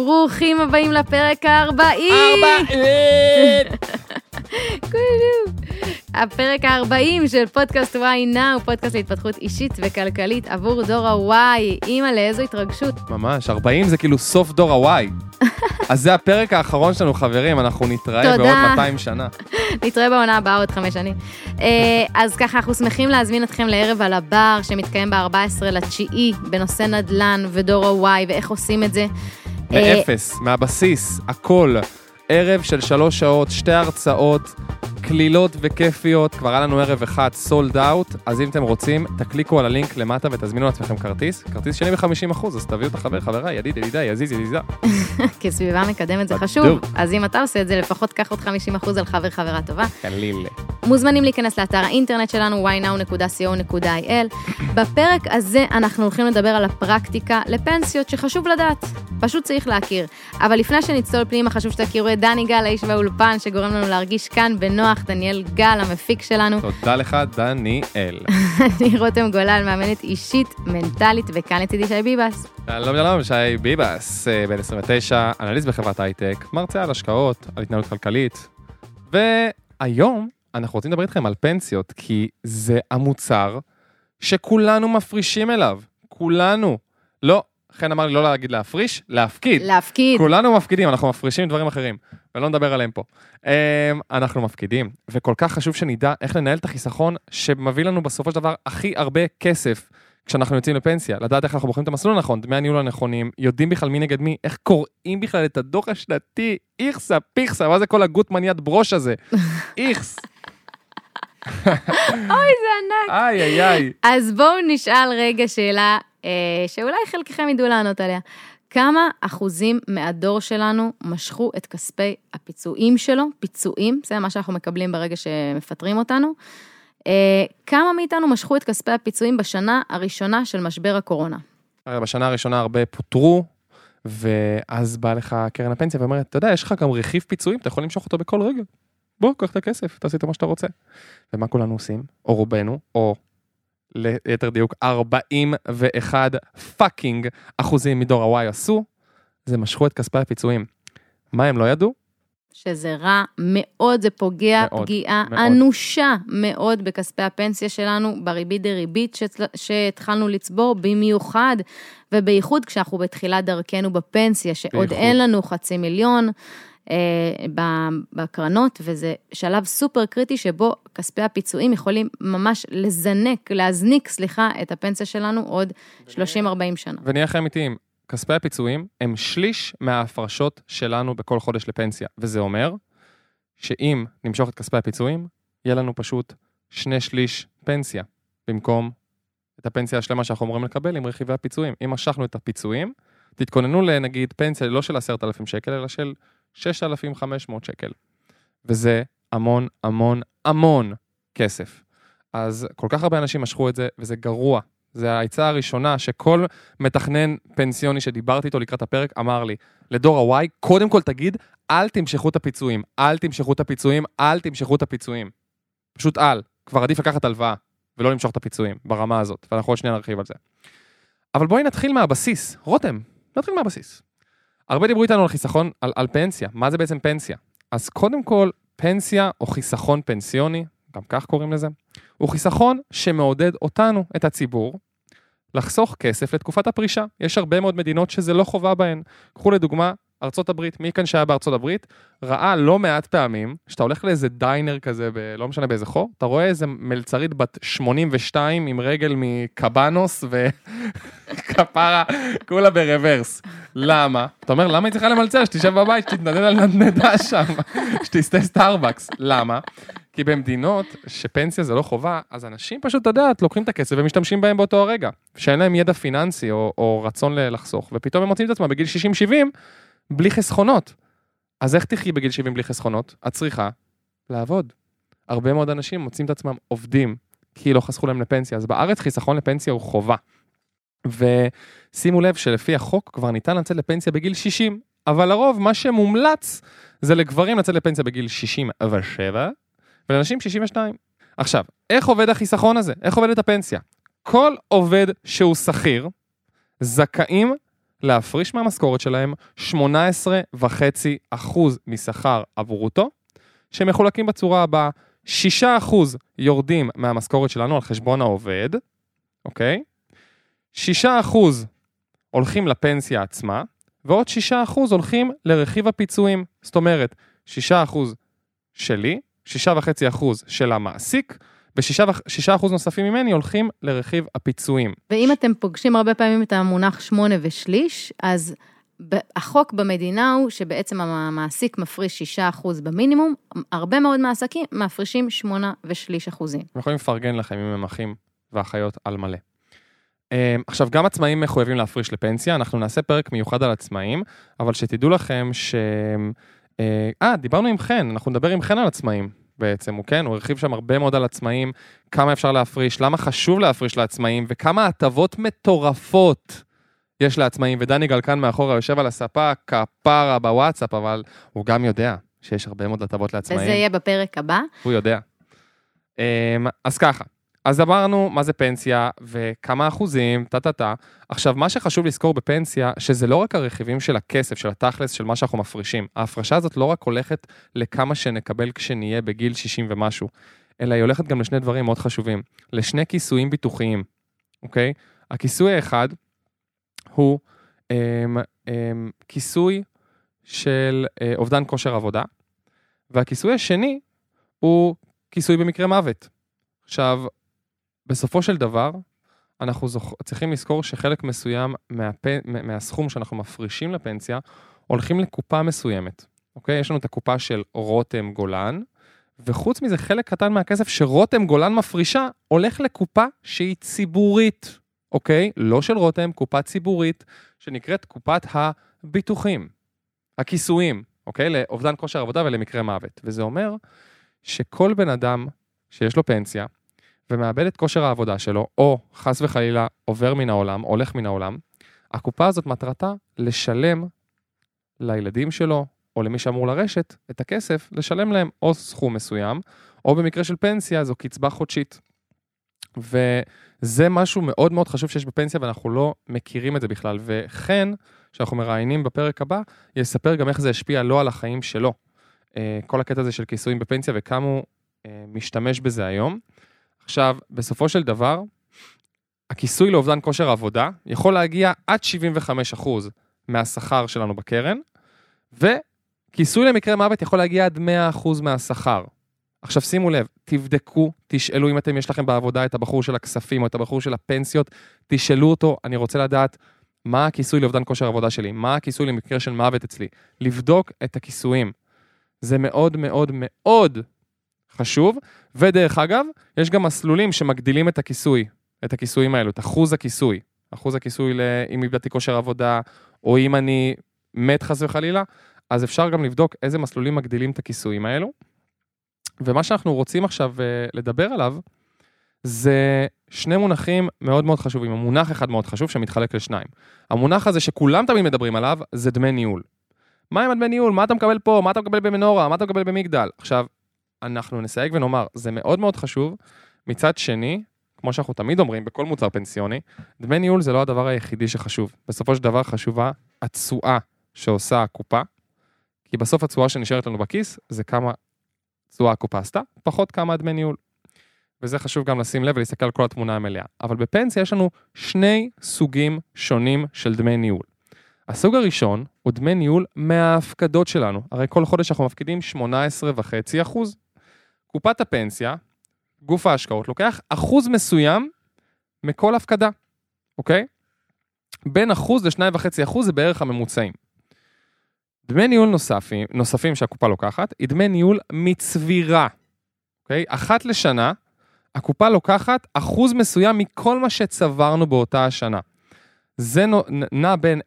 ברוכים הבאים לפרק ה-40. הפרק ה-40 של פודקאסט Why Now, פודקאסט להתפתחות אישית וכלכלית עבור דור ה-Y. אימא, לאיזו התרגשות. ממש, 40 זה כאילו סוף דור ה-Y. אז זה הפרק האחרון שלנו, חברים, אנחנו נתראה בעוד 200 שנה. נתראה בעונה הבאה עוד 5 שנים. אז ככה, אנחנו שמחים להזמין אתכם לערב על הבר, שמתקיים ב-14/9, בנושא נדל"ן ודור ה-Y, ואיך עושים את זה. מאפס, מהבסיס, הכל. ערב של 3 שעות, 2 הרצאות, כלילות וכיפיות, כבר היה לנו ערב אחד, sold out, אז אם אתם רוצים, תקליקו על הלינק למטה ותזמינו לעצמכם כרטיס שני ב-50%, אז תביאו את החבר, חברה, ידיד, ידידה, יזיז, יזיזה. כי סביבה מקדמת זה חשוב, אז אם אתה עושה את זה, לפחות קח עוד 50% על חבר, חברה טובה. קליל. מוזמנים להיכנס לאתר האינטרנט שלנו, whynow.co.il. בפרק הזה אנחנו הולכים לדבר על הפרקטיקה לפנסיות שחשוב לדעת, פשוט צריך להכיר. אבל לפני שנצלול פנימה, חשוב שתכירו את דני גל, האיש והאולפן, שגורם לנו להרגיש כאן בנוח, דניאל גל, המפיק שלנו. תודה לך, דניאל. אני רותם גולל, מאמנת אישית, מנטלית, וכאן לצידי שי ביבס. שלום, שלום, שי ביבס, בן 29, אנליסט בחברת הייטק, מרצה על השקעות, על התנהלות כלכלית, והיום אנחנו רוצים לדבר איתכם על פנסיות, כי זה המוצר שכולנו מפרישים אליו. כולנו. לא, חן אמר לי לא להגיד להפריש, להפקיד. להפקיד. כולנו מפקידים, אנחנו מפרישים דברים אחרים, ולא נדבר עליהם פה. אנחנו מפקידים, וכל כך חשוב שנדע איך לנהל את החיסכון, שמביא לנו בסופו של דבר הכי הרבה כסף, כשאנחנו יוצאים לפנסיה, לדעת איך אנחנו בוחרים את המסלול הנכון, דמי הניהול הנכונים, יודעים בכלל מי נגד מי, איך קוראים בכלל את הדוח השנתי, איכסה, פיכסה, מה זה כל הגות מניית ברוש הזה? איכס. אוי, זה ענק. איי, איי, איי. אז בואו נשאל רגע שאלה, שאולי חלקכם ידעו לענות עליה. כמה אחוזים מהדור שלנו משכו את כספי הפיצויים שלו? פיצויים, זה מה שאנחנו מקבלים ברגע שמפטרים אותנו. כמה מאיתנו משכו את כספי הפיצויים בשנה הראשונה של משבר הקורונה? בשנה הראשונה הרבה פוטרו, ואז בא לך קרן הפנסיה ואומרת, אתה יודע, יש לך גם רכיב פיצויים, אתה יכול למשוך אותו בכל רגע. בוא, קח את הכסף, תעשי את מה שאתה רוצה. ומה כולנו עושים? או רובנו, או ליתר דיוק 41 פאקינג אחוזים מדור ה-Y עשו, זה משכו את כספי הפיצויים. מה הם לא ידעו? שזה רע מאוד, זה פוגע מאוד, פגיעה מאוד. אנושה מאוד בכספי הפנסיה שלנו, בריבית דריבית שהתחלנו לצבור, במיוחד ובייחוד כשאנחנו בתחילת דרכנו בפנסיה, שעוד בייחוד. אין לנו 500,000 בקרנות, וזה שלב סופר קריטי שבו כספי הפיצויים יכולים ממש להזניק, את הפנסיה שלנו עוד 30-40 שנה. ונהיה לכם אמיתיים, כספי הפיצויים הם שליש מההפרשות שלנו בכל חודש לפנסיה, וזה אומר שאם נמשוך את כספי הפיצויים, יהיה לנו פשוט 2/3 פנסיה, במקום את הפנסיה השלמה שאנחנו אמורים לקבל עם רכיבי הפיצויים. אם משכנו את הפיצויים, תתכוננו לנגיד פנסיה לא של 10,000 שקל, אלא של 6,500 שקל. וזה המון, המון, המון כסף. אז כל כך הרבה אנשים משכו את זה, וזה גרוע. זה העצה הראשונה שכל מתכנן פנסיוני שדיברתי איתו לקראת הפרק אמר לי, לדור ה-Y, קודם כל תגיד, אל תמשכו את הפיצויים, אל תמשכו את הפיצויים, אל תמשכו את הפיצויים. פשוט כבר עדיף לקחת הלוואה, ולא למשוך את הפיצויים ברמה הזאת, ואנחנו עוד שנייה נרחיב על זה. אבל בואי נתחיל מהבסיס. רותם, נתחיל מהבסיס. הרבה דיברו איתנו על חיסכון, על פנסיה. מה זה בעצם פנסיה? אז קודם כל, פנסיה או חיסכון פנסיוני, גם כך קוראים לזה, הוא חיסכון שמעודד אותנו, את הציבור, לחסוך כסף לתקופת הפרישה. יש הרבה מאוד מדינות שזה לא חובה בהן. קחו לדוגמה, ארצות הברית, מי כאן שהיה בארצות הברית, ראה לא מעט פעמים, שאתה הולך לאיזה דיינר כזה, לא משנה באיזה חור, אתה רואה איזה מלצרית בת 82 עם רגל מקבנוס וכפרה, כולה ברוורס. למה? אתה אומר, למה היא צריכה למלצר? שתשב בבית, שתתנדד על נדנדה שם, שתסתה סטארבקס. למה? כי במדינות שפנסיה זה לא חובה, אז אנשים פשוט, יודעת, לוקחים את הכסף ומשתמשים בהם באותו הרגע, שאין להם ידע פיננסי או רצון לחסוך, ופתאום הם מוצאים את עצמם בגיל 60-70, בלי חסכונות. אז איך תחי בגיל 70 בלי חסכונות? את צריכה לעבוד. הרבה מאוד אנשים מוצאים את עצמם עובדים, כי לא חסכו להם לפנסיה. אז בארץ חיסכון לפנסיה הוא חובה. ושימו לב שלפי החוק כבר ניתן לצאת לפנסיה בגיל 60, אבל לרוב מה שמומלץ זה לגברים לצאת לפנסיה בגיל 67, ולנשים 62. עכשיו, איך עובד החיסכון הזה? איך עובדת הפנסיה? כל עובד שהוא שכיר, זכאים להפריש מהמשכורת שלהם 18.5% משכר הברוטו, שמחולקים בצורה הבאה, 6% יורדים מהמשכורת שלנו על חשבון העובד, אוקיי? 6% הולכים לפנסיה עצמה, ועוד 6% הולכים לרכיב הפיצויים. זאת אומרת, 6% שלי, 6.5% של המעסיק, ו6% נוספים ממני הולכים לרכיב הפיצויים. ואם אתם פוגשים הרבה פעמים את המונח 8 ושליש, אז החוק במדינה הוא שבעצם המעסיק מפריש 6% במינימום, הרבה מאוד מעסקים מפרישים 8.3%. הם יכולים לפרגן לכם אם הם אחים ואחיות על מלא. עכשיו, גם עצמאים מחויבים להפריש לפנסיה, אנחנו נעשה פרק מיוחד על עצמאים, אבל שתדעו לכם דיברנו עם חן, אנחנו נדבר עם חן על עצמאים בעצם, הוא הרחיב שם הרבה מאוד על עצמאים, כמה אפשר להפריש, למה חשוב להפריש לעצמאים, וכמה הטבות מטורפות יש לעצמאים, ודני גלקן מאחורה יושב על הספה, כפרה בוואטסאפ, אבל הוא גם יודע שיש הרבה מאוד הטבות לעצמאים. וזה יהיה בפרק הבא. הוא יודע. אז ככה, אז אמרנו מה זה פנסיה, וכמה אחוזים, עכשיו, מה שחשוב לזכור בפנסיה, שזה לא רק הרכיבים של הכסף, של התכלס, של מה שאנחנו מפרישים. ההפרשה הזאת לא רק הולכת לכמה שנקבל כשנהיה בגיל 60 ומשהו, אלא היא הולכת גם לשני דברים מאוד חשובים, לשני כיסויים ביטוחיים, אוקיי? הכיסוי האחד הוא כיסוי של אובדן כושר עבודה, והכיסוי השני הוא כיסוי במקרה מוות. עכשיו, בסופו של דבר, אנחנו צריכים לזכור שחלק מסוים מהסכום שאנחנו מפרישים לפנסיה, הולכים לקופה מסוימת. אוקיי? יש לנו את הקופה של רותם גולן, וחוץ מזה חלק קטן מהכסף שרותם גולן מפרישה, הולך לקופה שהיא ציבורית. אוקיי? לא של רותם, קופה ציבורית, שנקראת קופת הביטוחים, הכיסויים, אוקיי? לאובדן כושר עבודה ולמקרה מוות. וזה אומר שכל בן אדם שיש לו פנסיה, ומאבד את כושר העבודה שלו, או חס וחלילה עובר מן העולם, הולך מן העולם, הקופה הזאת מטרתה לשלם לילדים שלו, או למי שאמור לרשת את הכסף, לשלם להם או סכום מסוים, או במקרה של פנסיה, זו קצבה חודשית. וזה משהו מאוד מאוד חשוב שיש בפנסיה, ואנחנו לא מכירים את זה בכלל. וכן, שאנחנו מראיינים בפרק הבא, יספר גם איך זה השפיע לא על החיים שלו. כל הקטע הזה של כיסויים בפנסיה, וכמה הוא משתמש בזה היום. עכשיו, בסופו של דבר, הכיסוי לאובדן כושר עבודה יכול להגיע עד 75% מהשכר שלנו בקרן, וכיסוי למקרה מוות יכול להגיע עד 100% מהשכר. עכשיו שימו לב, תבדקו, תשאלו אם יש לכם בעבודה את הבחור של הכספים או את הבחור של הפנסיות, תשאלו אותו, אני רוצה לדעת מה הכיסוי לאובדן כושר עבודה שלי, מה הכיסוי למקרה של מוות אצלי, לבדוק את הכיסויים. זה מאוד מאוד מאוד חשוב, ודרך אגב, יש גם מסלולים שמגדילים את הכיסוי, את הכיסויים האלו, את אחוז הכיסוי, אם איבדתי כושר עבודה, או אם אני מת חס וחלילה, אז אפשר גם לבדוק איזה מסלולים מגדילים את הכיסויים האלו, ומה שאנחנו רוצים עכשיו לדבר עליו, זה שני מונחים מאוד מאוד חשובים, המונח אחד מאוד חשוב שמתחלק לשניים. המונח הזה שכולם תמיד מדברים עליו, זה דמי ניהול. מה עם הדמי ניהול? מה אתה מקבל פה? מה אתה מקבל במנורה? מה אתה מקבל במגדל? עכשיו, אנחנו נסייג ונאמר, זה מאוד מאוד חשוב. מצד שני, כמו שאנחנו תמיד אומרים, בכל מוצר פנסיוני, דמי ניהול זה לא הדבר היחידי שחשוב. בסופו של דבר חשובה התשואה שעושה הקופה, כי בסוף התשואה שנשארת לנו בכיס, זה כמה תשואה הקופה עשתה, פחות כמה דמי ניהול. וזה חשוב גם לשים לב ולהסתכל על כל התמונה המלאה. אבל בפנסיה יש לנו שני סוגים שונים של דמי ניהול. הסוג הראשון הוא דמי ניהול מההפקדות שלנו. הרי כל חודש אנחנו מפקידים 18.5%. קופת הפנסיה, גוף ההשקעות, לוקח אחוז מסוים מכל הפקדה. אוקיי? בין 1% ל2.5% זה בערך הממוצעים. דמי ניהול נוספים שהקופה לוקחת, היא דמי ניהול מצבירה. אוקיי? אחת לשנה, הקופה לוקחת אחוז מסוים מכל מה שצברנו באותה השנה. זה נע בין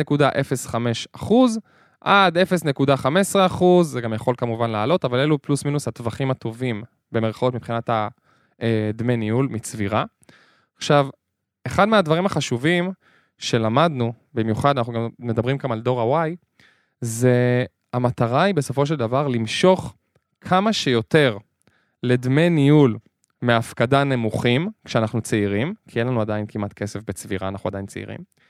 0.05% עד 0.15%, זה גם יכול כמובן לעלות, אבל אלו פלוס מינוס הטווחים הטובים, במרכאות מבחינת הדמי ניהול מצבירה. עכשיו, אחד מהדברים החשובים שלמדנו, במיוחד אנחנו גם מדברים כאן על דור ה-Y, זה המטרה היא בסופו של דבר למשוך כמה שיותר לדמי ניהול מהפקדה נמוכים, כשאנחנו צעירים, כי אין לנו עדיין כמעט כסף בצבירה, אנחנו עדיין צעירים,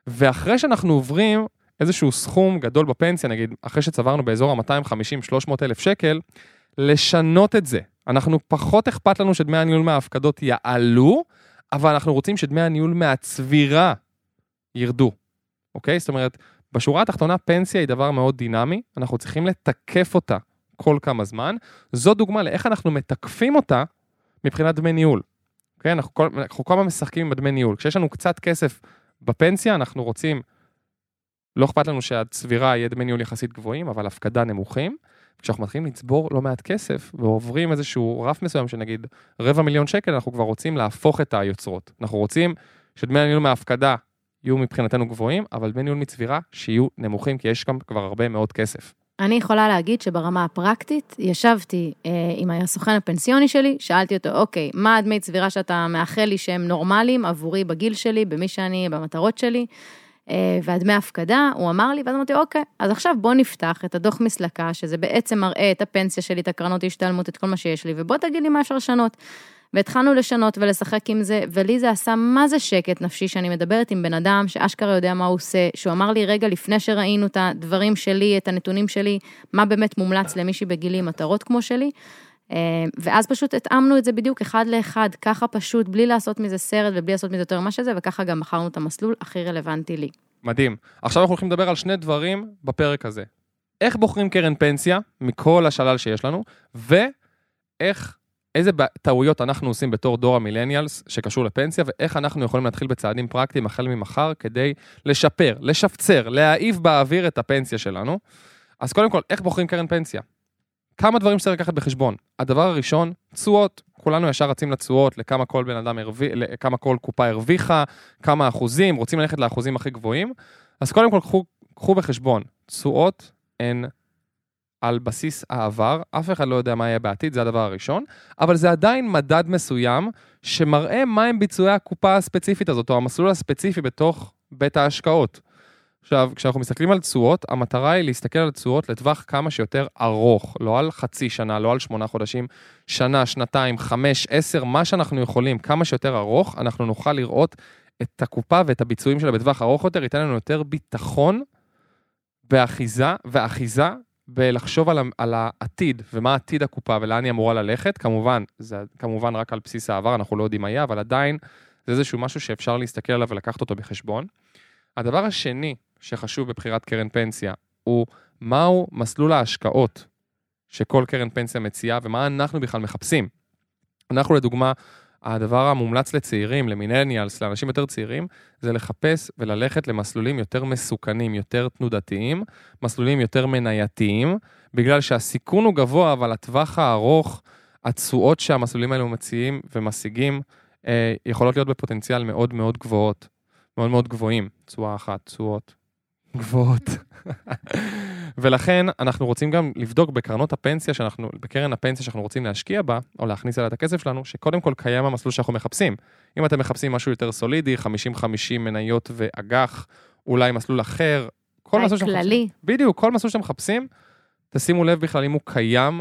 ואחרי שאנחנו עוברים איזשהו סכום גדול בפנסיה, נגיד, אחרי שצברנו באזור ה-250-300 אלף שקל, לשנות את זה. אנחנו פחות אכפת לנו שדמי הניהול מההפקדות יעלו, אבל אנחנו רוצים שדמי הניהול מהצבירה ירדו. אוקיי? זאת אומרת, בשורה התחתונה, פנסיה היא דבר מאוד דינמי, אנחנו צריכים לתקף אותה כל כמה זמן. זו דוגמה לאיך אנחנו מתקפים אותה מבחינת דמי ניהול. אוקיי? אנחנו כל הזמן משחקים עם דמי ניהול. כשיש לנו קצת כסף בפנסיה, אנחנו רוצים, לא אכפת לנו שהצבירה יהיה דמי ניהול יחסית גבוהים, אבל הפקדה נמוכים. כשאנחנו מתחילים לצבור לא מעט כסף, ועוברים איזשהו רף מסוים, שנגיד 250,000 שקל, אנחנו כבר רוצים להפוך את היוצרות. אנחנו רוצים שדמי הניהול מההפקדה יהיו מבחינתנו גבוהים, אבל דמי ניהול מצבירה שיהיו נמוכים, כי יש גם כבר הרבה מאוד כסף. אני יכולה להגיד שברמה הפרקטית, ישבתי עם הסוכן הפנסיוני שלי, שאלתי אותו, אוקיי, מה הדמי צבירה שאתה מאחל לי שהם נורמליים, עבורי בגיל שלי, במי שאני, במטרות שלי, והדמי הפקדה, הוא אמר לי, ואז אמרתי, אוקיי, אז עכשיו בוא נפתח את הדוח מסלקה, שזה בעצם מראה את הפנסיה שלי, את הקרנות השתלמות, את כל מה שיש לי, ובוא תגיד לי מה אפשר לשנות. והתחלנו לשנות ולשחק עם זה, ולי זה עשה מה זה שקט נפשי, שאני מדברת עם בן אדם שאשכרה יודע מה הוא עושה, שהוא אמר לי רגע לפני שראינו את הדברים שלי, את הנתונים שלי, מה באמת מומלץ למישהי בגילי מטרות כמו שלי, ואז פשוט התאמנו את זה בדיוק אחד לאחד, ככה פשוט, בלי לעשות מזה סרט ובלי לעשות מזה יותר מה שזה, וככה גם בחרנו את המסלול הכי רלוונטי לי. מדהים. עכשיו אנחנו הולכים לדבר על שני דברים בפרק הזה. איך בוחרים קרן פנסיה מכל השלל שיש לנו, איזה טעויות אנחנו עושים בתור דור המילניאלס שקשור לפנסיה, ואיך אנחנו יכולים להתחיל בצעדים פרקטיים החל ממחר כדי לשפר, לשפצר, להעיף באוויר את הפנסיה שלנו. אז קודם כל, איך בוחרים קרן פנסיה? כמה דברים שצריך לקחת בחשבון. הדבר הראשון, תשואות. כולנו ישר רצים לתשואות, לכמה כל בן אדם כמה כל קופה הרוויחה, כמה אחוזים, רוצים ללכת לאחוזים הכי גבוהים. אז קודם כל, קחו בחשבון. תשואות הן על בסיס העבר, אף אחד לא יודע מה יהיה בעתיד, זה הדבר הראשון, אבל זה עדיין מדד מסוים שמראה מה הם ביצועי הקופה הספציפית הזאת, או המסלול הספציפי בתוך בית ההשקעות. עכשיו, כשאנחנו מסתכלים על תשואות, המטרה היא להסתכל על תשואות לטווח כמה שיותר ארוך, לא על חצי שנה, לא על 8 חודשים, שנה, שנתיים, 5, 10, מה שאנחנו יכולים, כמה שיותר ארוך, אנחנו נוכל לראות את הקופה ואת הביצועים שלה בטווח ארוך יותר, ייתן לנו יותר ביטחון ואחיזה בלחשוב על העתיד, ומה עתיד הקופה ולאן היא אמורה ללכת. כמובן, זה כמובן רק על בסיס העבר, אנחנו לא יודעים מה יהיה, אבל עדיין זה איזשהו משהו שאפשר להסתכל עליו ולקחת אותו בחשבון. הדבר השני שחשוב בבחירת קרן פנסיה, הוא מהו מסלול ההשקעות שכל קרן פנסיה מציעה, ומה אנחנו בכלל מחפשים. אנחנו לדוגמה, הדבר המומלץ לצעירים, למילניאלס, לאנשים יותר צעירים, זה לחפש וללכת למסלולים יותר מסוכנים, יותר תנודתיים, מסלולים יותר מנייתיים, בגלל שהסיכון הוא גבוה, אבל הטווח הארוך, התשואות שהמסלולים האלו מציעים ומשיגים, יכולות להיות בפוטנציאל מאוד מאוד גבוהות, מאוד מאוד גבוהים, תשואה אחת, תשואות גבוהות. ולכן אנחנו רוצים גם לבדוק בקרנות הפנסיה בקרן הפנסיה שאנחנו רוצים להשקיע בה, או להכניס אליה את הכסף שלנו, שקודם כל קיים המסלול שאנחנו מחפשים. אם אתם מחפשים משהו יותר סולידי, 50-50 מניות ואג"ח, אולי מסלול אחר, כל מסלול שאתם מחפשים. בדיוק, כל מסלול שאתם מחפשים, תשימו לב בכלל אם הוא קיים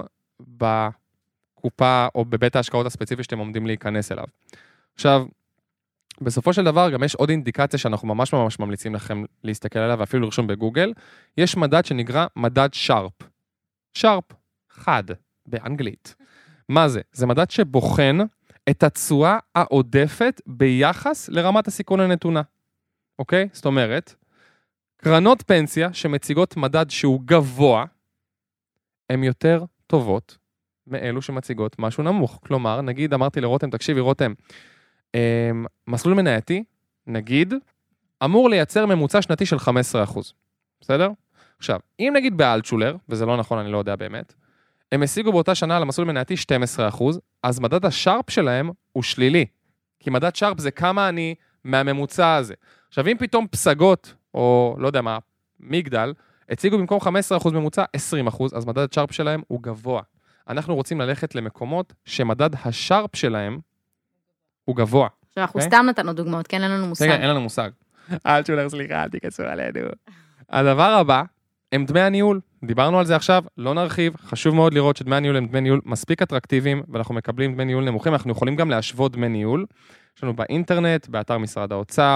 בקופה או בבית ההשקעות הספציפי שאתם עומדים להיכנס אליו. עכשיו, בסופו של דבר גם יש עוד אינדיקציה שאנחנו ממש ממש ממליצים לכם להסתכל עליה ואפילו לרשום בגוגל. יש מדד שנקרא מדד שרפ. שרפ, חד, באנגלית. מה זה? זה מדד שבוחן את התשואה העודפת ביחס לרמת הסיכון הנתונה. אוקיי? זאת אומרת, קרנות פנסיה שמציגות מדד שהוא גבוה, הן יותר טובות מאלו שמציגות משהו נמוך. כלומר, נגיד אמרתי לרותם, תקשיבי רותם, מסלול מנייתי, נגיד, אמור לייצר ממוצע שנתי של 15%. בסדר? עכשיו, אם נגיד באלטשולר, וזה לא נכון, אני לא יודע באמת, הם השיגו באותה שנה על המסלול מנייתי 12%, אז מדד השרפ שלהם הוא שלילי. כי מדד שרפ זה כמה אני מהממוצע הזה. עכשיו, אם פתאום פסגות, או לא יודע מה, מגדל, הציגו במקום 15% ממוצע 20%, אז מדד השרפ שלהם הוא גבוה. אנחנו רוצים ללכת למקומות שמדד השרפ שלהם הוא גבוה. אנחנו סתם נתנו דוגמאות, כן, אין לנו מושג. אין לנו מושג. אלטשולר, סליחה, אל תיכנסו עלינו. הדבר הבא, הם דמי הניהול. דיברנו על זה עכשיו, לא נרחיב. חשוב מאוד לראות שדמי הניהול הם דמי ניהול מספיק אטרקטיביים, ואנחנו מקבלים דמי ניהול נמוכים. אנחנו יכולים גם להשוות דמי ניהול. יש לנו באינטרנט, באתר משרד האוצר,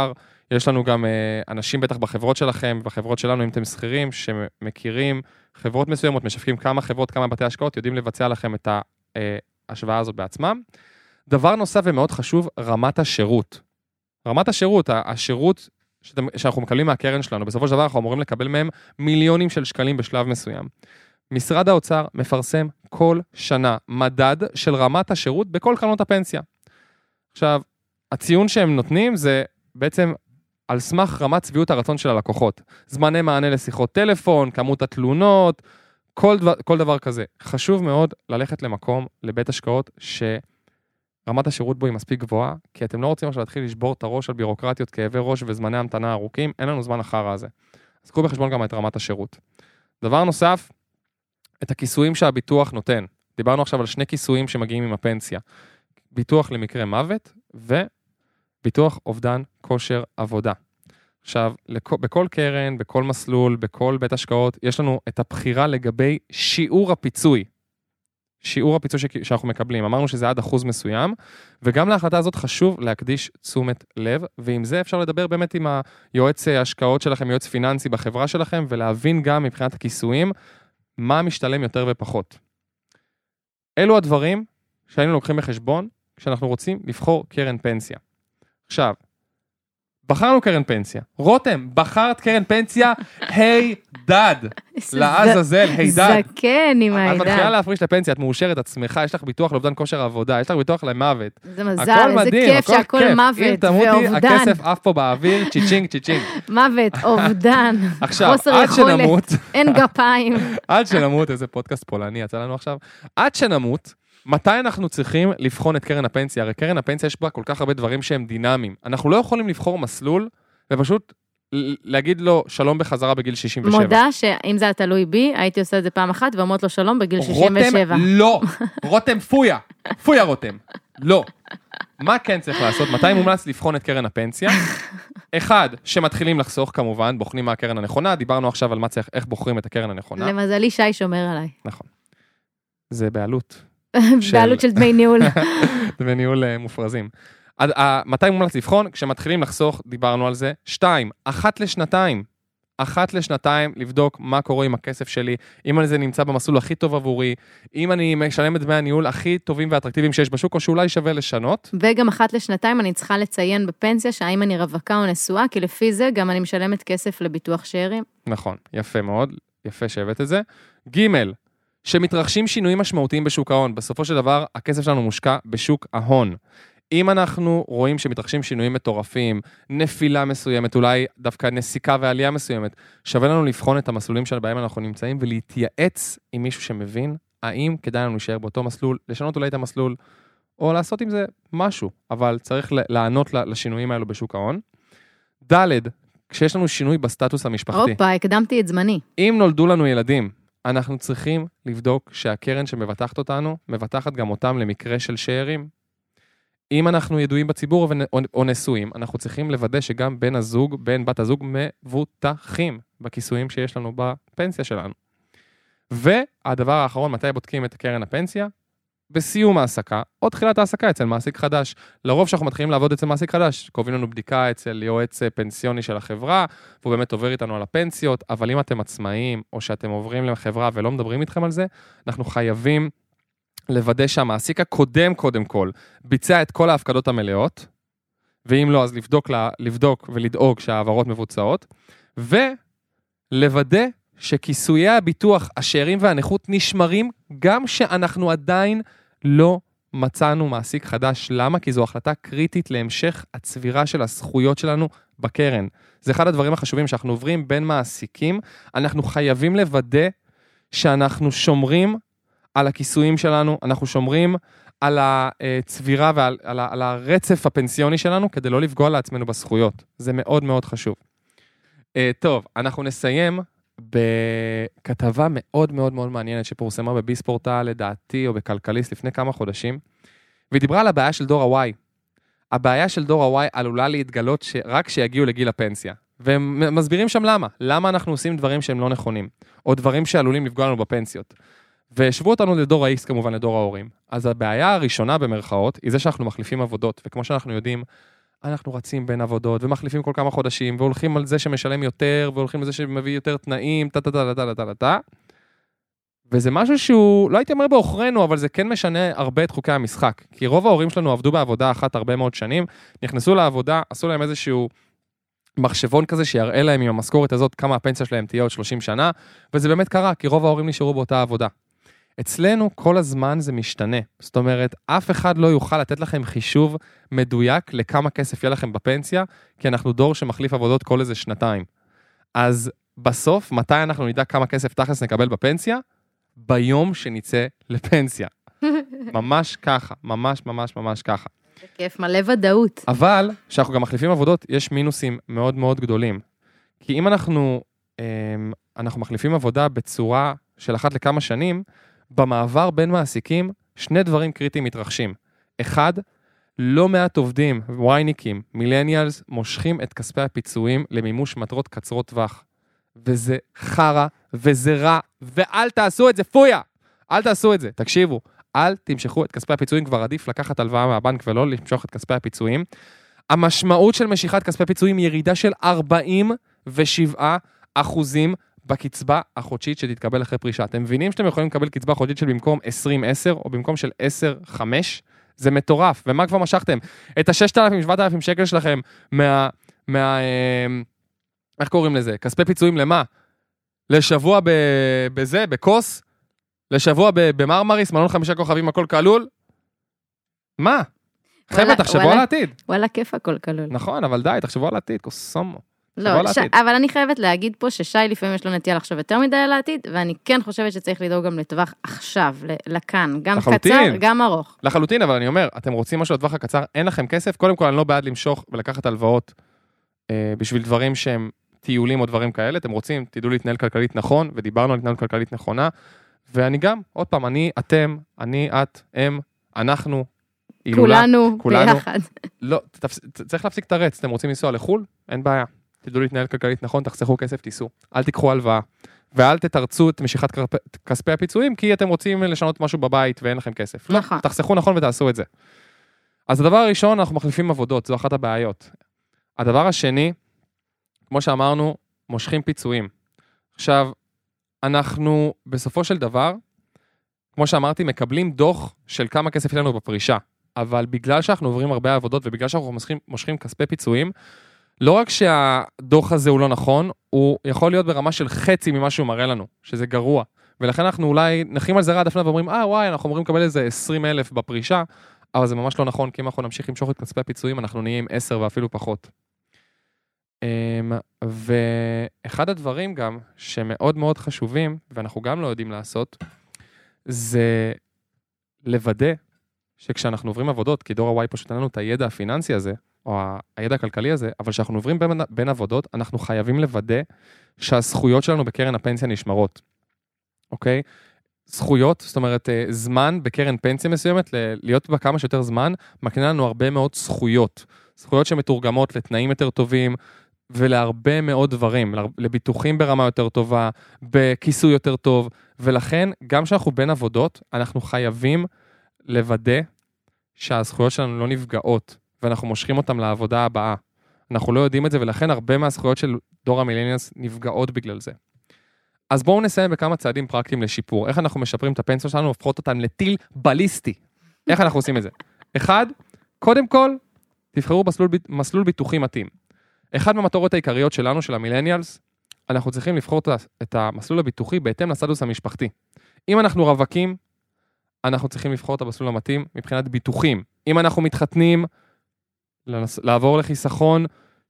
יש לנו גם אנשים בטח בחברות שלכם, בחברות שלנו, אם אתם שכירים, שמכירים חברות מסוימות, משווקים כמה חברות, כמה בתי השקעות, יודעים לבצע לכם את ההשוואה הזאת בעצמם. דבר נוסף ומאוד חשוב, רמת השירות. רמת השירות, השירות שאנחנו מקבלים מהקרן שלנו, בסופו של דבר אנחנו אמורים לקבל מהם מיליונים של שקלים בשלב מסוים. משרד האוצר מפרסם כל שנה מדד של רמת השירות בכל קרנות הפנסיה. עכשיו, הציון שהם נותנים זה בעצם על סמך רמת שביעות הרצון של הלקוחות. זמני מענה לשיחות טלפון, כמות התלונות, כל דבר כזה. חשוב מאוד ללכת למקום, לבית השקעות, שרמת השירות בו היא מספיק גבוהה, כי אתם לא רוצים עכשיו להתחיל לשבור את הראש על בירוקרטיות, כאבי ראש וזמני המתנה ארוכים, אין לנו זמן אחר הזה. אז קחו בחשבון גם את רמת השירות. דבר נוסף, את הכיסויים שהביטוח נותן. דיברנו עכשיו על 2 כיסויים שמגיעים עם הפנסיה. ביטוח למקרה מוות וביטוח אובדן כושר עבודה. עכשיו, בכל קרן, בכל מסלול, בכל בית השקעות, יש לנו את הבחירה לגבי שיעור הפיצוי. שיעור הפיצוי שאנחנו מקבלים. אמרנו שזה עד אחוז מסוים, וגם להחלטה הזאת חשוב להקדיש תשומת לב, ועם זה אפשר לדבר באמת עם היועץ ההשקעות שלכם, יועץ פיננסי בחברה שלכם, ולהבין גם מבחינת הכיסויים, מה משתלם יותר ופחות. אלו הדברים שהיינו לוקחים בחשבון, כשאנחנו רוצים לבחור קרן פנסיה. עכשיו, בחרנו קרן פנסיה. רותם, בחרת קרן פנסיה, היי דד. לעזאזל, היי דד. זקן עם היי את דד. מתחילה להפריש לפנסיה, את מאושרת, את שמחה, יש לך ביטוח לאובדן כושר עבודה, יש לך ביטוח למוות. זה מזל, איזה כיף שהכל מוות אם תמותי, ואובדן. הכסף עף פה באוויר, צ'יצ'ינג, צ'יצ'ינג. מוות, אובדן, עכשיו, חוסר עד יכולת, שנמות, אין גפיים. עד שנמות, איזה פודקאסט פולני יצא לנו עכשיו, עד שנמות, מתי אנחנו צריכים לבחון את קרן הפנסיה? הרי קרן הפנסיה יש בה כל כך הרבה דברים שהם דינמיים. אנחנו לא יכולים לבחור מסלול ופשוט להגיד לו שלום בחזרה בגיל 67. מודה שאם זה היה תלוי בי, הייתי עושה את זה פעם אחת ואומרת לו שלום בגיל 67. רותם, לא. רותם, פויה. פויה רותם. לא. מה כן צריך לעשות? מתי מומלץ לבחון את קרן הפנסיה? אחד, שמתחילים לחסוך כמובן, בוחנים מה הקרן הנכונה, דיברנו עכשיו על מה צריך, איך בוחרים את הקרן הנכונה. למזלי שי שומר עליי. נכון. זה בעלות. בעלות של דמי ניהול. דמי ניהול מופרזים. מתי מומלץ לבחון? כשמתחילים לחסוך, דיברנו על זה. 2, אחת לשנתיים לבדוק מה קורה עם הכסף שלי, אם זה נמצא במסלול הכי טוב עבורי, אם אני משלם את דמי הניהול הכי טובים ואטרקטיביים שיש בשוק, או שאולי שווה לשנות. וגם אחת לשנתיים אני צריכה לציין בפנסיה, שהאם אני רווקה או נשואה, כי לפי זה גם אני משלמת כסף לביטוח שאירים. נכון, יפה מאוד, יפה שהבאת את זה. ג' שמתרחשים שינויים משמעותיים בשוק ההון, בסופו של דבר הכסף שלנו מושקע בשוק ההון. אם אנחנו רואים שמתרחשים שינויים מטורפים, נפילה מסוימת, אולי דווקא נסיקה ועלייה מסוימת, שווה לנו לבחון את המסלולים שבהם אנחנו נמצאים, ולהתייעץ עם מישהו שמבין, האם כדאי לנו להישאר באותו מסלול, לשנות אולי את המסלול, או לעשות עם זה משהו, אבל צריך לענות לשינויים האלו בשוק ההון. ד' כשיש לנו שינוי בסטטוס המשפחתי. אופה, הקדמתי את זמני. אם נולדו לנו ילדים, אנחנו צריכים לבדוק שהקרן שמבטחת אותנו, מבטחת גם אותם למקרה של שאירים. אם אנחנו ידועים בציבור או נשואים, אנחנו צריכים לוודא שגם בן בת הזוג מבוטחים בכיסויים שיש לנו בפנסיה שלנו. והדבר האחרון, מתי בודקים את קרן הפנסיה? בסיום העסקה, או תחילת העסקה אצל מעסיק חדש. לרוב שאנחנו מתחילים לעבוד אצל מעסיק חדש, קובעים לנו בדיקה אצל יועץ פנסיוני של החברה, והוא באמת עובר איתנו על הפנסיות, אבל אם אתם עצמאים, או שאתם עוברים לחברה ולא מדברים איתכם על זה, אנחנו חייבים לוודא שהמעסיק הקודם קודם כל, ביצע את כל ההפקדות המלאות, ואם לא, אז לבדוק ולדאוג שהעברות מבוצעות, ולוודא שכיסויי הביטוח, השאירים והנכות נשמרים, גם שאנחנו עדיין לא מצאנו מעסיק חדש. למה? כי זו החלטה קריטית להמשך הצבירה של הזכויות שלנו בקרן. זה אחד הדברים החשובים שאנחנו עוברים בין מעסיקים, אנחנו חייבים לוודא שאנחנו שומרים על הכיסויים שלנו, אנחנו שומרים על הצבירה ועל הרצף הפנסיוני שלנו, כדי לא לפגוע לעצמנו בזכויות. זה מאוד מאוד חשוב. טוב, אנחנו נסיים בכתבה מאוד מאוד מאוד מעניינת, שפורסמה בביספורטל, לדעתי, או בכלכליסט לפני כמה חודשים, והיא דיברה על הבעיה של דור ה-Y. הבעיה של דור ה-Y עלולה להתגלות רק שיגיעו לגיל הפנסיה. והם מסבירים שם למה. למה אנחנו עושים דברים שהם לא נכונים, או דברים שעלולים לפגוע לנו בפנסיות. והשוו אותנו לדור ה-X כמובן, לדור ההורים. אז הבעיה הראשונה במרכאות, היא זה שאנחנו מחליפים עבודות, וכמו שאנחנו יודעים, אנחנו רצים בין עבודות, ומחליפים כל כמה חודשים, והולכים על זה שמשלם יותר, והולכים על זה שמביא יותר תנאים, וזה משהו שהוא, לא הייתי אומר באוכרנו, אבל זה כן משנה הרבה את חוקי המשחק. כי רוב ההורים שלנו עבדו בעבודה אחת הרבה מאוד שנים, נכנסו לעבודה, עשו להם איזשהו מחשבון כזה שיראה להם עם המשכורת הזאת כמה הפנסיה שלהם תהיה עוד 30 שנה, וזה באמת קרה, כי רוב ההורים נשארו באותה עבודה. אצלנו כל הזמן זה משתנה. זאת אומרת, אף אחד לא יוכל לתת לכם חישוב מדויק לכמה כסף יהיה לכם בפנסיה, כי אנחנו דור שמחליף עבודות כל איזה שנתיים. אז בסוף, מתי אנחנו נדע כמה כסף תכלס נקבל בפנסיה? ביום שנצא לפנסיה. ממש ככה, ממש ככה. זה כיף, מלא ודאות. אבל, כשאנחנו גם מחליפים עבודות, יש מינוסים מאוד מאוד גדולים. כי אם אנחנו מחליפים עבודה בצורה של אחת לכמה שנים, במעבר בין מעסיקים, שני דברים קריטיים מתרחשים. אחד, לא מעט עובדים, וייניקים, מילניאלס, מושכים את כספי הפיצויים למימוש מטרות קצרות טווח. וזה חרה, וזה רע, ואל תעשו את זה, פויה! אל תעשו את זה, תקשיבו, אל תמשכו את כספי הפיצויים, כבר עדיף לקחת הלוואה מהבנק ולא למשוך את כספי הפיצויים. המשמעות של משיכת כספי פיצויים, ירידה של 47% בקצבה החודשית שתתקבל אחרי פרישה. אתם מבינים שאתם יכולים לקבל קצבה חודשית של במקום 20-10, או במקום של 10-5? זה מטורף. ומה כבר משכתם? את ה-6,000-7,000 שקל שלכם איך קוראים לזה? כספי פיצויים למה? לשבוע בזה, בקוס? לשבוע במרמריס, מלון 5 כוכבים, הכל כלול? מה? חבר'ה, תחשבו על העתיד. וואלה, כיף הכל כלול. נכון, אבל די, תחשבו על העתיד, קוסומו. לא, אבל אני חייבת להגיד פה ששי לפעמים יש לו נטייה לחשוב יותר מדי על העתיד, ואני כן חושבת שצריך לדאוג גם לטווח עכשיו, לכאן, גם קצר, גם ארוך. לחלוטין, אבל אני אומר, אתם רוצים משהו לטווח הקצר, אין לכם כסף, קודם כל אני לא בעד למשוך ולקחת הלוואות בשביל דברים שהם טיולים או דברים כאלה, אתם רוצים, תדעו להתנהל כלכלית נכון, ודיברנו על התנהלות כלכלית נכונה, ואני גם, עוד פעם, אני, אתם, אני, את, הם, אנחנו, כולנו ביחד. לא, צריך להפסיק את הרץ, אתם רוצים לנסוע לחול? אין בעיה. תדעו להתנהל כלכלית נכון, תחסכו כסף, תיסעו. אל תיקחו הלוואה, ואל תתרצו את משיכת כספי הפיצויים, כי אתם רוצים לשנות משהו בבית ואין לכם כסף. נכון. לא, תחסכו נכון ותעשו את זה. אז הדבר הראשון, אנחנו מחליפים עבודות, זו אחת הבעיות. הדבר השני, כמו שאמרנו, מושכים פיצויים. עכשיו, אנחנו בסופו של דבר, כמו שאמרתי, מקבלים דוח של כמה כסף לנו בפרישה, אבל בגלל שאנחנו עוברים הרבה עבודות, ובגלל שאנחנו מושכים כספי פיצויים, לא רק שהדוח הזה הוא לא נכון, הוא יכול להיות ברמה של חצי ממה שהוא מראה לנו, שזה גרוע. ולכן אנחנו אולי נחים על זה רעד לפני ואומרים, וואי, אנחנו אומרים לקבל איזה 20,000 בפרישה, אבל זה ממש לא נכון, כי אם אנחנו נמשיך למשוך את כספי הפיצויים, אנחנו נהיה עם 10 ואפילו פחות. ואחד הדברים גם שמאוד מאוד חשובים, ואנחנו גם לא יודעים לעשות, זה לוודא שכשאנחנו עוברים עבודות, כי דור ה-Y פשוט לנו את הידע הפיננסי הזה, או הידע הכלכלי הזה, אבל כשאנחנו עוברים בין עבודות, אנחנו חייבים לוודא שהזכויות שלנו בקרן הפנסיה נשמרות. אוקיי? זכויות, זאת אומרת, זמן בקרן פנסיה מסוימת, להיות בה כמה שיותר זמן, מקנה לנו הרבה מאוד זכויות. זכויות שמתורגמות לתנאים יותר טובים, ולהרבה מאוד דברים, לביטוחים ברמה יותר טובה, בכיסוי יותר טוב, ולכן, גם כשאנחנו בין עבודות, אנחנו חייבים לוודא שהזכויות שלנו לא נפגעות, ואנחנו מושכים אותם לעבודה הבאה. אנחנו לא יודעים את זה, ולכן הרבה מהזכויות של דור המילניאלס נפגעות בגלל זה. אז בואו נסיים בכמה צעדים פרקטיים לשיפור. איך אנחנו משפרים את הפנסיה שלנו, הופכות אותם לטיל בליסטי. איך אנחנו עושים את זה? אחד, קודם כל, תבחרו מסלול ביטוחי מתאים. אחד מהמטרות העיקריות שלנו, של המילניאלס, אנחנו צריכים לבחור את המסלול הביטוחי בהתאם לסטטוס המשפחתי. אם אנחנו רווקים, אנחנו צריכים לבחור את המסלול המתאים מבחינת ביטוחים. אם אנחנו מתחתנים, לעבור לחיסכון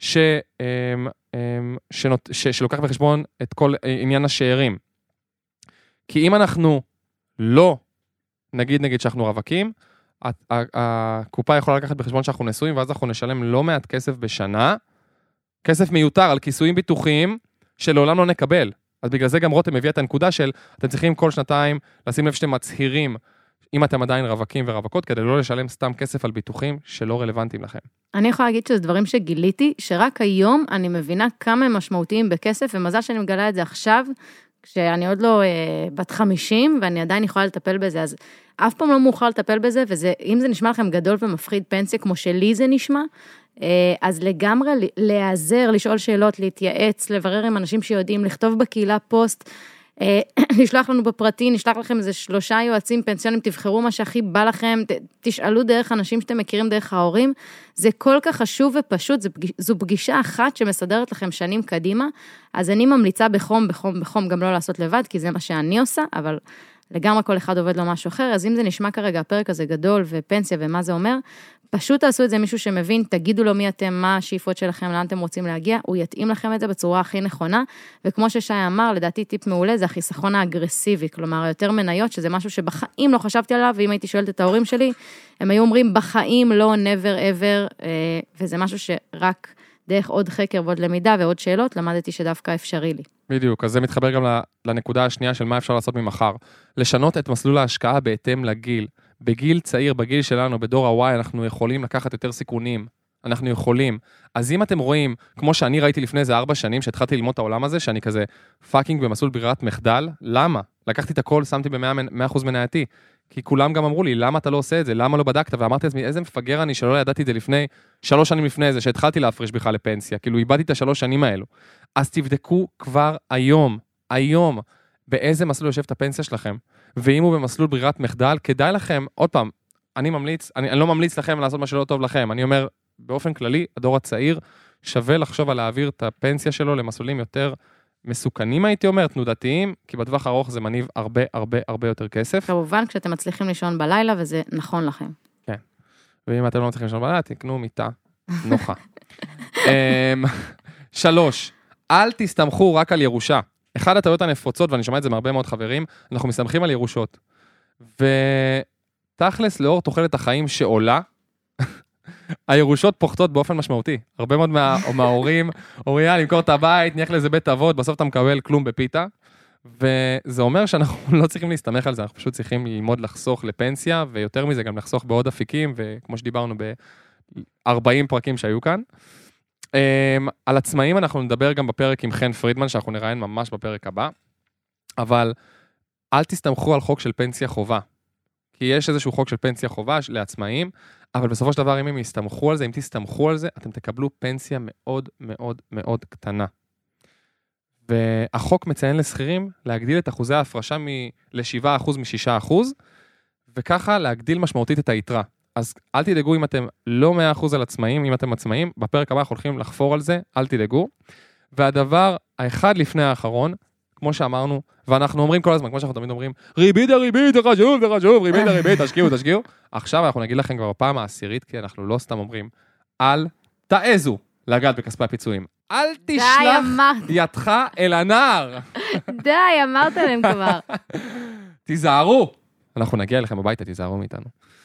שלוקח בחשבון את כל עניין השאירים. כי אם אנחנו לא, נגיד שאנחנו רווקים, הקופה יכולה לקחת בחשבון שאנחנו נשואים, ואז אנחנו נשלם לא מעט כסף בשנה, כסף מיותר על כיסויים ביטוחיים שלעולם לא נקבל. אז בגלל זה גם רותם הביא את הנקודה של, אתם צריכים כל שנתיים לשים לב שאתם מצהירים, אם אתם עדיין רווקים ורווקות, כדי לא לשלם סתם כסף על ביטוחים שלא רלוונטיים לכם. אני יכולה להגיד שזה דברים שגיליתי, שרק היום אני מבינה כמה הם משמעותיים בכסף, ומזל שאני מגלה את זה עכשיו, כשאני עוד לא בת 50, ואני עדיין יכולה לטפל בזה, אז אף פעם לא מאוחר לטפל בזה, ואם זה נשמע לכם גדול ומפחיד פנסיה, כמו שלי זה נשמע, אז לגמרי להיעזר, לשאול שאלות, להתייעץ, לברר עם אנשים שיודעים, לכתוב בקהילה פוסט, לשלוח לנו בפרטי, נשלח לכם איזה 3 יועצים פנסיונים, תבחרו מה שהכי בא לכם, תשאלו דרך אנשים שאתם מכירים דרך ההורים, זה כל כך חשוב ופשוט, זו פגישה אחת שמסדרת לכם שנים קדימה, אז אני ממליצה בחום, גם לא לעשות לבד, כי זה מה שאני עושה, אבל לגמרי כל אחד עובד לו משהו אחר, אז אם זה נשמע כרגע הפרק הזה גדול ופנסיה ומה זה אומר, פשוט תעשו את זה מישהו שמבין, תגידו לו מי אתם, מה השאיפות שלכם, לאן אתם רוצים להגיע, הוא יתאים לכם את זה בצורה הכי נכונה, וכמו ששי אמר, לדעתי טיפ מעולה, זה החיסכון האגרסיבי, כלומר, יותר מניות, שזה משהו שבחיים לא חשבתי עליו, ואם הייתי שואלת את ההורים שלי, הם היו אומרים, בחיים לא, never ever, וזה משהו שרק דרך עוד חקר ועוד למידה ועוד שאלות, למדתי שדווקא אפשרי לי. בדיוק, אז זה מתחבר גם לנקודה השנייה של מה אפשר לעשות ממחר. לשנות את מסלול ההשקעה בהתאם לגיל. בגיל צעיר, בגיל שלנו, בדור ה-Y, אנחנו יכולים לקחת יותר סיכונים. אנחנו יכולים. אז אם אתם רואים, כמו שאני ראיתי לפני איזה 4 שנים, שהתחלתי ללמוד את העולם הזה, שאני כזה פאקינג במסלול ברירת מחדל, למה? לקחתי את הכל, שמתי ב-100% מנייתי. כי כולם גם אמרו לי, למה אתה לא עושה את זה? למה לא בדקת? ואמרתי לעצמי, איזה מפגר אני שלא ידעתי את זה לפני 3 שנים לפני זה, שהתחלתי להפריש בכלל לפנסיה. כאילו, איבדתי את 3 שנים האלו. אז תבדקו כבר היום, באיזה מסלול יושב את הפנסיה שלכם. ואם הוא במסלול ברירת מחדל, כדאי לכם, עוד פעם, אני לא ממליץ לכם לעשות מה שלא טוב לכם. אני אומר, באופן כללי, הדור הצעיר שווה לחשוב על להעביר את הפנסיה שלו למסלולים יותר מסוכנים, הייתי אומר, תנודתיים, כי בטווח ארוך זה מניב הרבה יותר כסף. כמובן, כשאתם מצליחים לישון בלילה, וזה נכון לכם. כן. ואם אתם לא מצליחים לישון בלילה, תקנו מיטה נוחה. 3, אל תסתמכו רק על ירושה. אחד הטעויות הנפוצות, ואני שומע את זה מהרבה מאוד חברים, אנחנו מסתמכים על ירושות. ותכלס, לאור תוחלת החיים שעולה, הירושות פוחתות באופן משמעותי. הרבה מאוד מההורים, אוריה, למכור את הבית, נלך לאיזה בית אבות, בסוף אתה מקבל כלום בפיתה, וזה אומר שאנחנו לא צריכים להסתמך על זה, אנחנו פשוט צריכים ללמוד לחסוך לפנסיה, ויותר מזה גם לחסוך בעוד אפיקים, וכמו שדיברנו ב-40 פרקים שהיו כאן. על עצמאים אנחנו נדבר גם בפרק עם חן פרידמן, שאנחנו נראיין ממש בפרק הבא, אבל אל תסתמכו על חוק של פנסיה חובה, כי יש איזשהו חוק של פנסיה חובה לעצמאים, אבל בסופו של דבר אם הם יסתמכו על זה, אם תסתמכו על זה, אתם תקבלו פנסיה מאוד מאוד מאוד קטנה. והחוק מציין לסחירים להגדיל את אחוזי ההפרשה ל-7% מ-6%, וככה להגדיל משמעותית את היתרה. אז אל תדאגו אם אתם לא 100% על עצמאים, אם אתם עצמאים, בפרק הבא אנחנו הולכים לחפור על זה, אל תדאגו. והדבר האחד לפני האחרון, כמו שאמרנו, ואנחנו אומרים כל הזמן, כמו שאנחנו תמיד אומרים, ריבית, זה חשוב, ריבית, תשקיעו. עכשיו אנחנו נגיד לכם כבר בפעם העשירית, כי אנחנו לא סתם אומרים, אל תעזו לגעת בכספי הפיצויים. אל תשלח ידך אל הנער. די, אמרת להם כבר. תיזהרו. אנחנו נגיע אליכם הביתה, תיזהרו מאיתנו.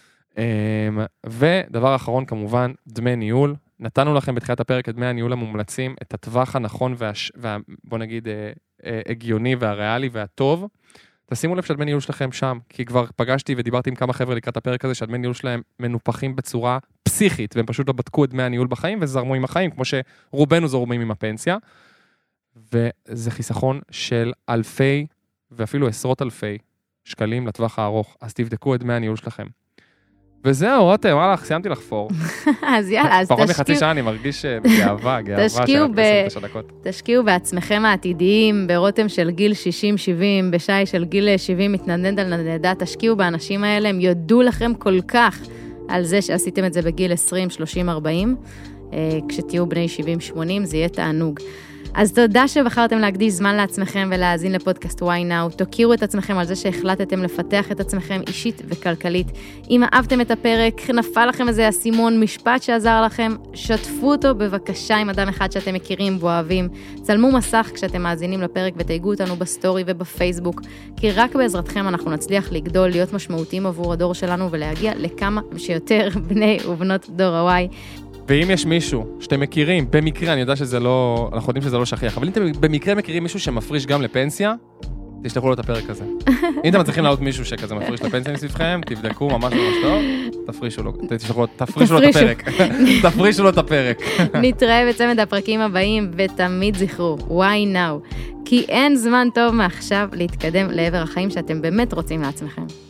ודבר אחרון כמובן, דמי ניהול. נתנו לכם בתחילת הפרק את דמי הניהול המומלצים, את הטווח הנכון בוא נגיד הגיוני והריאלי והטוב. תשימו לב שהדמי ניהול שלכם שם, כי כבר פגשתי ודיברתי עם כמה חבר'ה לקראת הפרק הזה, שהדמי ניהול שלהם מנופחים בצורה פסיכית, והם פשוט לא בדקו את דמי הניהול בחיים, וזרמו עם החיים, כמו שרובנו זורמים עם הפנסיה. וזה חיסכון של אלפי, ואפילו עשרות אלפי שקלים לטווח הארוך. אז תבדקו את דמי הניהול שלכם. וזהו, רותם, וואלה, סיימתי לחפור. אז יאללה, אז פחות מחצי שעה אני מרגיש בגאווה, תשקיעו בעצמכם העתידיים, ברותם של גיל 60-70, בשי של גיל 70 מתנדנד על נדנדה, תשקיעו באנשים האלה, הם יודו לכם כל כך על זה שעשיתם את זה בגיל 20, 30, 40, כשתהיו בני 70-80, זה יהיה תענוג. אז תודה שבחרתם להקדיש זמן לעצמכם ולהאזין לפודקאסט Why Now. תכירו את עצמכם על זה שהחלטתם לפתח את עצמכם אישית וכלכלית. אם אהבתם את הפרק, נפל לכם איזה אסימון, משפט שעזר לכם, שתפו אותו בבקשה עם אדם אחד שאתם מכירים ואוהבים. צלמו מסך כשאתם מאזינים לפרק ותייגו אותנו בסטורי ובפייסבוק, כי רק בעזרתכם אנחנו נצליח לגדול, להיות משמעותיים עבור הדור שלנו ולהגיע לכמה שיותר בני ובנות דור ה-Y. ואם יש מישהו שאתם מכירים, במקרה, אני יודע שזה לא, אנחנו יודעים שזה לא שכיח, אבל אם אתם במקרה מכירים מישהו שמפריש גם לפנסיה, תשלחו לו את הפרק הזה. אם אתם צריכים לעלות מישהו שכזה מפריש לפנסיה מסביבכם, תבדקו ממש טוב, תפרישו לו את הפרק. נתראה בצמד הפרקים הבאים, ותמיד זכרו, why now? כי אין זמן טוב מעכשיו להתקדם לעבר החיים שאתם באמת רוצים לעצמכם.